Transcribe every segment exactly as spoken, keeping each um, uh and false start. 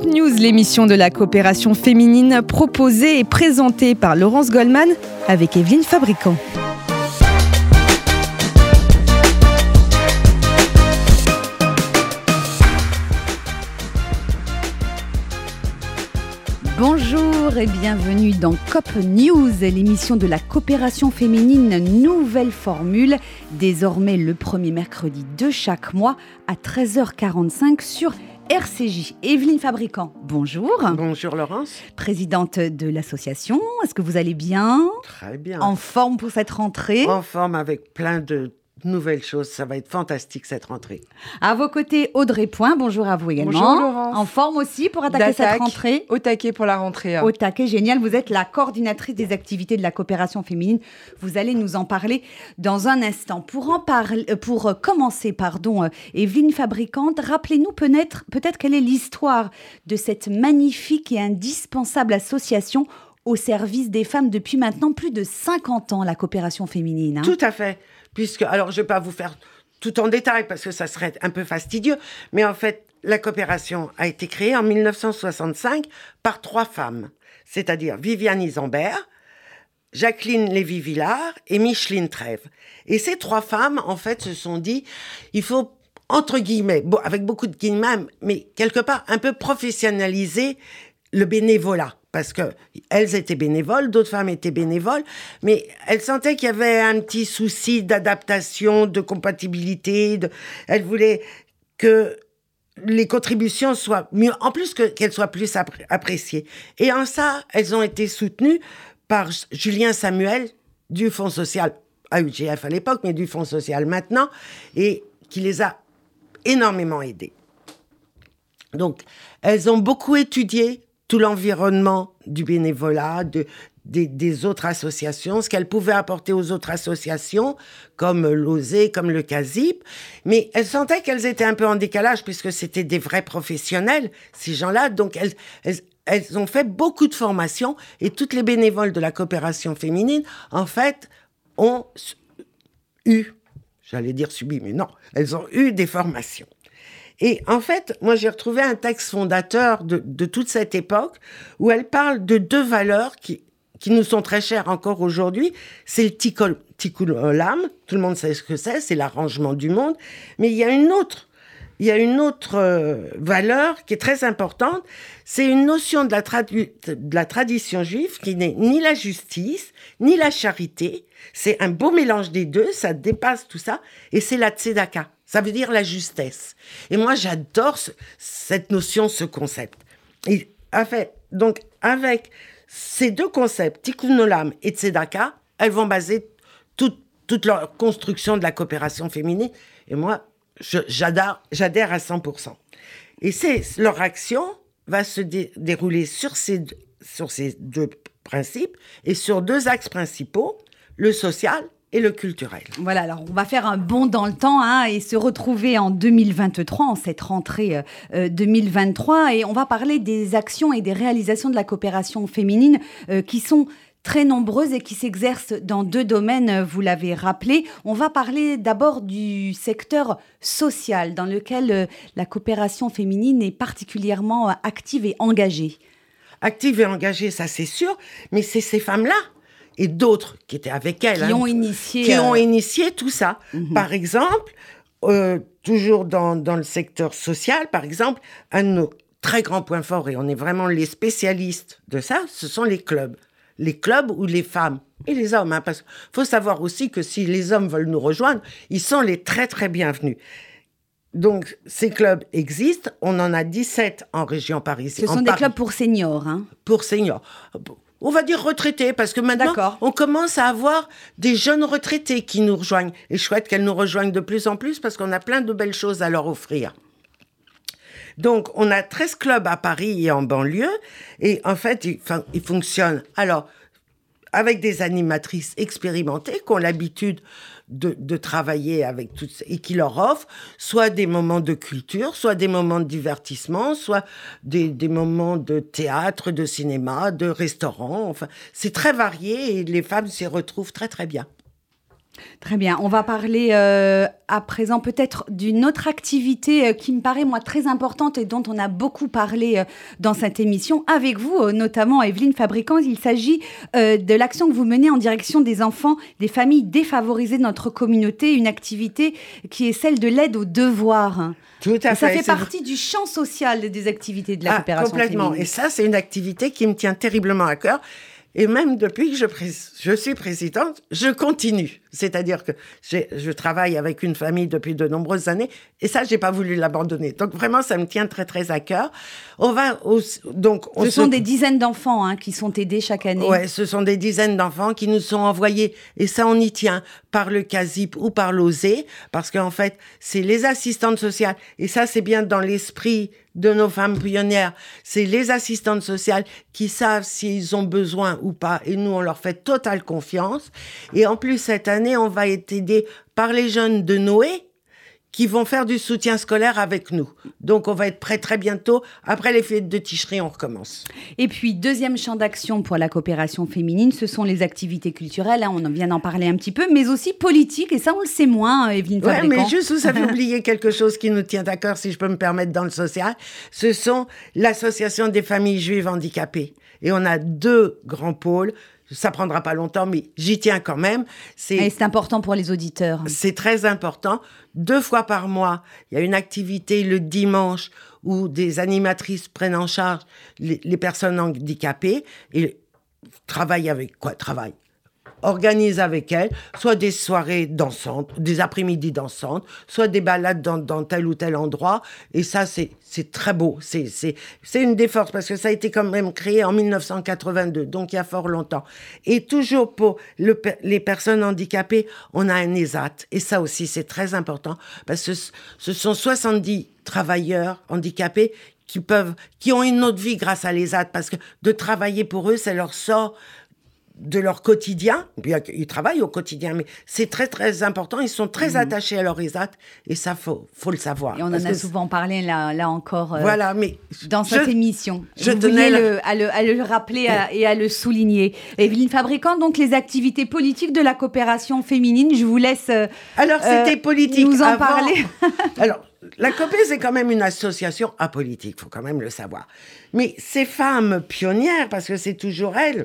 Cop News, l'émission de la coopération féminine proposée et présentée par Laurence Goldman avec Evelyne Fabricant. Bonjour et bienvenue dans Cop News, l'émission de la coopération féminine nouvelle formule, désormais le premier mercredi de chaque mois à treize heures quarante-cinq sur R C J. Evelyne Fabricant, bonjour. Bonjour Laurence. Présidente de l'association, est-ce que vous allez bien ? Très bien. En forme pour cette rentrée ? En forme avec plein de nouvelles choses, ça va être fantastique cette rentrée. À vos côtés, Audrey Point, bonjour à vous également. Bonjour Laurence. En forme aussi pour attaquer D'attaque, cette rentrée. Au taquet pour la rentrée. Hein. Au taquet, génial. Vous êtes la coordinatrice des activités de la coopération féminine. Vous allez nous en parler dans un instant. Pour en parler, pour commencer, pardon, Evelyne Fabricante, rappelez-nous peut-être, peut-être quelle est l'histoire de cette magnifique et indispensable association au service des femmes depuis maintenant plus de cinquante ans, la coopération féminine. Hein. Tout à fait. Puisque, alors, je ne vais pas vous faire tout en détail parce que ça serait un peu fastidieux, mais en fait, la coopération a été créée en mille neuf cent soixante-cinq par trois femmes, c'est-à-dire Viviane Isambert, Jacqueline Lévy-Villard et Micheline Trèves. Et ces trois femmes, en fait, se sont dit, il faut, entre guillemets, bon, avec beaucoup de guillemets, mais quelque part, un peu professionnaliser le bénévolat. Parce qu'elles étaient bénévoles, d'autres femmes étaient bénévoles, mais elles sentaient qu'il y avait un petit souci d'adaptation, de compatibilité. De... Elles voulaient que les contributions soient mieux, en plus que, qu'elles soient plus appré- appréciées. Et en ça, elles ont été soutenues par Julien Samuel du Fonds social, A U G F à l'époque, mais du Fonds social maintenant, et qui les a énormément aidées. Donc, elles ont beaucoup étudié tout l'environnement du bénévolat, de, des, des autres associations, ce qu'elles pouvaient apporter aux autres associations, comme l'O S E, comme le CASIP. Mais elles sentaient qu'elles étaient un peu en décalage, puisque c'était des vrais professionnels, ces gens-là. Donc, elles, elles, elles ont fait beaucoup de formations, et toutes les bénévoles de la coopération féminine, en fait, ont eu, j'allais dire subi, mais non, elles ont eu des formations. Et en fait, moi, j'ai retrouvé un texte fondateur de, de toute cette époque où elle parle de deux valeurs qui, qui nous sont très chères encore aujourd'hui. C'est le tikkun olam, tout le monde sait ce que c'est, c'est l'arrangement du monde. Mais il y a une autre, il y a une autre euh, valeur qui est très importante. C'est une notion de la, tradu- de la tradition juive qui n'est ni la justice, ni la charité. C'est un beau mélange des deux, ça dépasse tout ça. Et c'est la tzedaka. Ça veut dire la justesse. Et moi, j'adore ce, cette notion, ce concept. Et, en fait, donc, avec ces deux concepts, tikkun olam et tzedaka, elles vont baser toute, toute leur construction de la coopération féminine. Et moi, je, j'adore, j'adhère à cent pour cent. Et c'est, leur action va se dé, dérouler sur ces, sur ces deux principes et sur deux axes principaux, le social et le culturel. Voilà, alors on va faire un bond dans le temps hein, et se retrouver en deux mille vingt-trois, en cette rentrée euh, deux mille vingt-trois, et on va parler des actions et des réalisations de la coopération féminine euh, qui sont très nombreuses et qui s'exercent dans deux domaines, vous l'avez rappelé. On va parler d'abord du secteur social, dans lequel euh, la coopération féminine est particulièrement euh, active et engagée. Active et engagée, ça c'est sûr, mais c'est ces femmes-là et d'autres qui étaient avec elle. Qui hein, ont initié... Qui euh... ont initié tout ça. Mm-hmm. Par exemple, euh, toujours dans, dans le secteur social, par exemple, un de nos très grands points forts, et on est vraiment les spécialistes de ça, ce sont les clubs. Les clubs où les femmes et les hommes, hein, parce qu'il faut savoir aussi que si les hommes veulent nous rejoindre, ils sont les très très bienvenus. Donc, ces clubs existent. On en a dix-sept en région parisienne. Ce sont des Paris. clubs pour seniors. Hein. Pour seniors. On va dire retraités, parce que maintenant, D'accord. on commence à avoir des jeunes retraités qui nous rejoignent. Et je souhaite qu'elles nous rejoignent de plus en plus, parce qu'on a plein de belles choses à leur offrir. Donc, on a treize clubs à Paris et en banlieue. Et en fait, ils, enfin, ils fonctionnent. Alors, avec des animatrices expérimentées qui ont l'habitude de, de travailler avec toutes et qui leur offrent soit des moments de culture, soit des moments de divertissement, soit des, des moments de théâtre, de cinéma, de restaurant. Enfin, c'est très varié et les femmes s'y retrouvent très très bien. Très bien. On va parler euh, à présent peut-être d'une autre activité euh, qui me paraît, moi, très importante et dont on a beaucoup parlé euh, dans cette émission avec vous, euh, notamment Evelyne Fabricant. Il s'agit euh, de l'action que vous menez en direction des enfants, des familles défavorisées de notre communauté, une activité qui est celle de l'aide aux devoirs. Tout à et ça fait. fait partie vrai. du champ social des activités de la ah, coopération complètement. féminine. Et ça, c'est une activité qui me tient terriblement à cœur. Et même depuis que je, pré- je suis présidente, je continue. C'est-à-dire que j'ai, je travaille avec une famille depuis de nombreuses années et ça, j'ai pas voulu l'abandonner. Donc vraiment, ça me tient très, très à cœur. On va aussi, donc, on ce se... sont des dizaines d'enfants hein, qui sont aidés chaque année. Ouais, ce sont des dizaines d'enfants qui nous sont envoyés, et ça, on y tient, par le CASIP ou par l'O S E, parce qu'en fait, c'est les assistantes sociales, et ça, c'est bien dans l'esprit de nos femmes pionnières, c'est les assistantes sociales qui savent s'ils ont besoin ou pas, et nous, on leur fait totale confiance. Et en plus, cette année, on va être aidés par les jeunes de Noé, qui vont faire du soutien scolaire avec nous. Donc, on va être prêts très bientôt. Après les fêtes de Ticherie, on recommence. Et puis, deuxième champ d'action pour la coopération féminine, ce sont les activités culturelles. Hein, on vient d'en parler un petit peu, mais aussi politiques. Et ça, on le sait moins, Evelyne Fabricant. Oui, mais juste, vous avez oublié quelque chose qui nous tient à cœur, si je peux me permettre, dans le social. Ce sont l'association des familles juives handicapées. Et on a deux grands pôles. Ça prendra pas longtemps, mais j'y tiens quand même. C'est, Et c'est important pour les auditeurs. C'est très important. Deux fois par mois, il y a une activité le dimanche où des animatrices prennent en charge les, les personnes handicapées et travaillent avec quoi Travaillent. Organise avec elles, soit des soirées dansantes, des après-midi dansantes, soit des balades dans, dans tel ou tel endroit. Et ça, c'est, c'est très beau. C'est, c'est, c'est une des forces, parce que ça a été quand même créé en dix-neuf cent quatre-vingt-deux, donc il y a fort longtemps. Et toujours pour le, les personnes handicapées, on a un ESAT. Et ça aussi, c'est très important, parce que ce sont soixante-dix travailleurs handicapés qui peuvent, qui ont une autre vie grâce à l'ESAT, parce que de travailler pour eux, ça leur sort de leur quotidien, bien qu'ils travaillent au quotidien, mais c'est très, très important. Ils sont très mmh. attachés à leur ESAT, et ça, faut, faut le savoir. Et on en a souvent parlé, là, là encore, euh, voilà, mais dans cette je, émission. Je Vous tenais la... le, à, le, à le rappeler à, et à le souligner. Evelyne Fabricant, donc les activités politiques de la coopération féminine, je vous laisse euh, Alors, c'était euh, politique nous en avant. parler. Alors, la COPé, c'est quand même une association apolitique, il faut quand même le savoir. Mais ces femmes pionnières, parce que c'est toujours elles,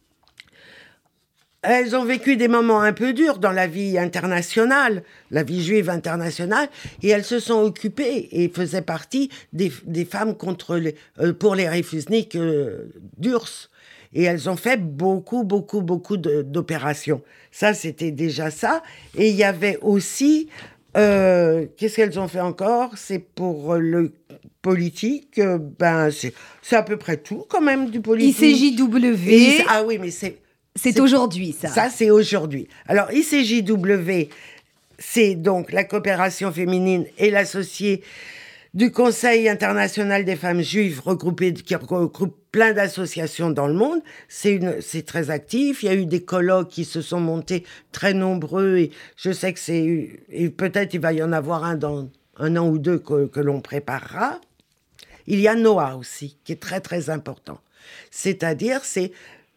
elles ont vécu des moments un peu durs dans la vie internationale, la vie juive internationale, et elles se sont occupées et faisaient partie des, des femmes contre les, euh, pour les Reifusnik euh, d'U R S S. Et elles ont fait beaucoup, beaucoup, beaucoup de, d'opérations. Ça, c'était déjà ça. Et il y avait aussi... Euh, qu'est-ce qu'elles ont fait encore ? C'est pour le politique, euh, ben, c'est, c'est à peu près tout, quand même, du politique. I C J W. Et, ah oui, mais c'est... C'est, c'est aujourd'hui, ça. Ça, c'est aujourd'hui. Alors, I C J W, c'est donc la coopération féminine et l'associé du Conseil international des femmes juives regroupées, qui regroupe plein d'associations dans le monde. C'est, une, c'est très actif. Il y a eu des colloques qui se sont montés très nombreux. Et je sais que c'est... Et peut-être il va y en avoir un dans un an ou deux que, que l'on préparera. Il y a Noah aussi, qui est très, très important. C'est-à-dire, c'est...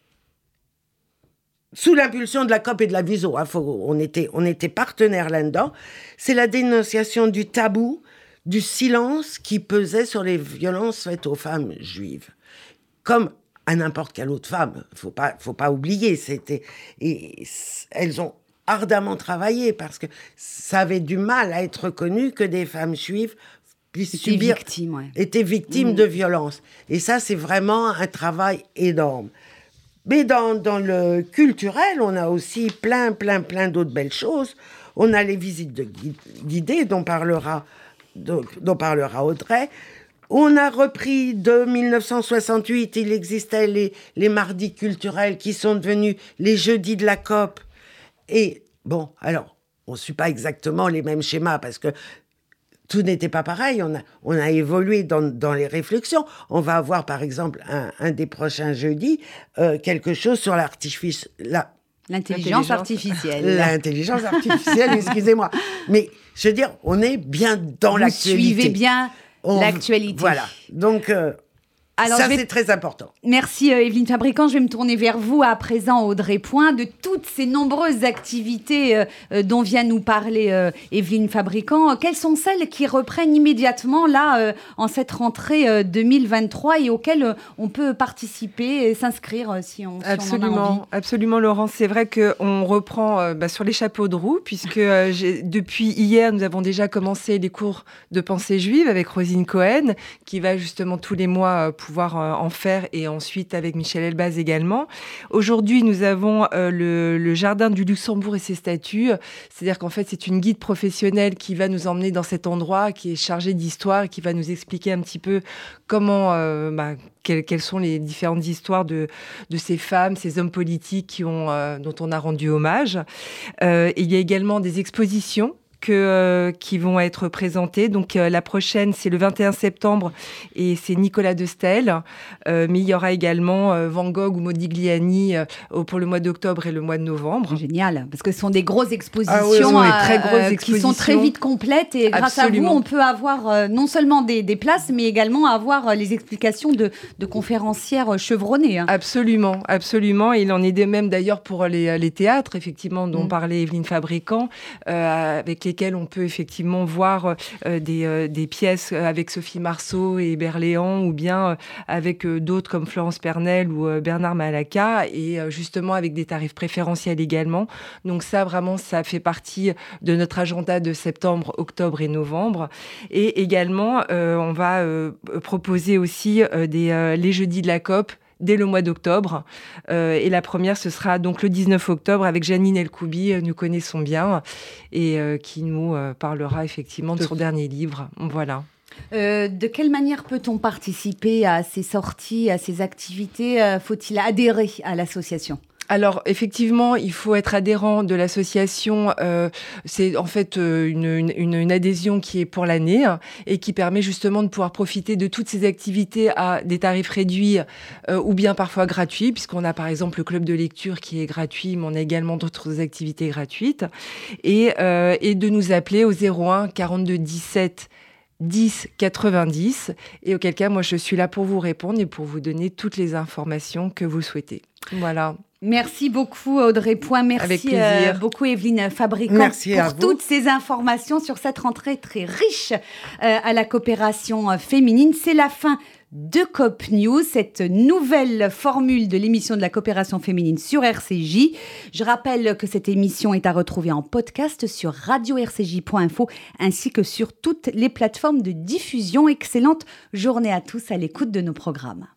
Sous l'impulsion de la C O P et de la Viso, hein, faut, on, était, on était partenaires là-dedans, c'est la dénonciation du tabou, du silence qui pesait sur les violences faites aux femmes juives. Comme à n'importe quelle autre femme, il faut pas, faut pas oublier. C'était, et elles ont ardemment travaillé parce que ça avait du mal à être reconnu que des femmes juives puissent étaient subir, victimes, ouais. étaient victimes mmh. de violences. Et ça, c'est vraiment un travail énorme. Mais dans, dans le culturel, on a aussi plein, plein, plein d'autres belles choses. On a les visites de guidées dont parlera, dont, dont parlera Audrey. On a repris de dix-neuf cent soixante-huit, il existait les, les mardis culturels qui sont devenus les jeudis de la C O P. Et bon, alors, on ne suit pas exactement les mêmes schémas parce que tout n'était pas pareil, on a, on a évolué dans, dans les réflexions. On va avoir, par exemple, un, un des prochains jeudis, euh, quelque chose sur l'artifice, la, L'intelligence, l'intelligence artificielle. L'intelligence artificielle, excusez-moi. Mais, je veux dire, on est bien dans Vous l'actualité. Suivez bien on, l'actualité. Voilà. Donc, euh, Alors, ça, vais... c'est très important. Merci euh, Evelyne Fabricant. Je vais me tourner vers vous à présent, Audrey Point. De toutes ces nombreuses activités euh, euh, dont vient nous parler euh, Evelyne Fabricant, euh, quelles sont celles qui reprennent immédiatement là euh, en cette rentrée euh, deux mille vingt-trois et auxquelles euh, on peut participer et s'inscrire euh, si, on, si absolument, on en a envie? Absolument, Laurence. C'est vrai qu'on reprend euh, bah, sur les chapeaux de roue puisque euh, j'ai, depuis hier, nous avons déjà commencé les cours de pensée juive avec Rosine Cohen qui va justement tous les mois euh, pouvoir euh, en faire et ensuite avec Michel Elbaz également. Aujourd'hui, nous avons euh, le, le Jardin du Luxembourg et ses statues. C'est-à-dire qu'en fait, c'est une guide professionnelle qui va nous emmener dans cet endroit qui est chargé d'histoire et qui va nous expliquer un petit peu comment, euh, bah, quelles, quelles sont les différentes histoires de, de ces femmes, ces hommes politiques qui ont, euh, dont on a rendu hommage. Euh, et il y a également des expositions Que, euh, qui vont être présentées. Donc euh, la prochaine, c'est le vingt et un septembre et c'est Nicolas de Stel. Euh, mais il y aura également euh, Van Gogh ou Modigliani euh, pour le mois d'octobre et le mois de novembre. Génial, parce que ce sont des grosses expositions, ah oui, ce sont des très euh, grosses euh, expositions qui sont très vite complètes et grâce Absolument. à vous, on peut avoir euh, non seulement des, des places, mais également avoir euh, les explications de, de conférencières chevronnées. Hein. Absolument, absolument. Et il en est de même d'ailleurs pour les, les théâtres, effectivement, dont Mm. parlait Evelyne Fabricant, euh, avec lesquels on peut effectivement voir euh, des, euh, des pièces avec Sophie Marceau et Berléand, ou bien euh, avec euh, d'autres comme Florence Pernel ou euh, Bernard Malaka, et euh, justement avec des tarifs préférentiels également. Donc ça, vraiment, ça fait partie de notre agenda de septembre, octobre et novembre. Et également, euh, on va euh, proposer aussi euh, des, euh, les jeudis de la C O P, dès le mois d'octobre. Euh, et la première, ce sera donc le dix-neuf octobre avec Janine Elkoubi, euh, nous connaissons bien, et euh, qui nous euh, parlera effectivement de son dernier livre. Voilà. Euh, de quelle manière peut-on participer à ces sorties, à ces activités? euh, Faut-il adhérer à l'association? Alors, effectivement, il faut être adhérent de l'association. Euh, c'est en fait euh, une, une, une adhésion qui est pour l'année hein, et qui permet justement de pouvoir profiter de toutes ces activités à des tarifs réduits euh, ou bien parfois gratuits, puisqu'on a par exemple le club de lecture qui est gratuit, mais on a également d'autres activités gratuites. Et, euh, et de nous appeler au zéro un quarante-deux dix-sept dix quatre-vingt-dix, et auquel cas, moi, je suis là pour vous répondre et pour vous donner toutes les informations que vous souhaitez. Voilà. Merci beaucoup Audrey Point, merci euh, beaucoup Evelyne Fabricant merci pour toutes ces informations sur cette rentrée très riche euh, à la coopération euh, féminine. C'est la fin de Coop News, cette nouvelle formule de l'émission de la coopération féminine sur R C J. Je rappelle que cette émission est à retrouver en podcast sur radio r c j point info ainsi que sur toutes les plateformes de diffusion. Excellente journée à tous à l'écoute de nos programmes.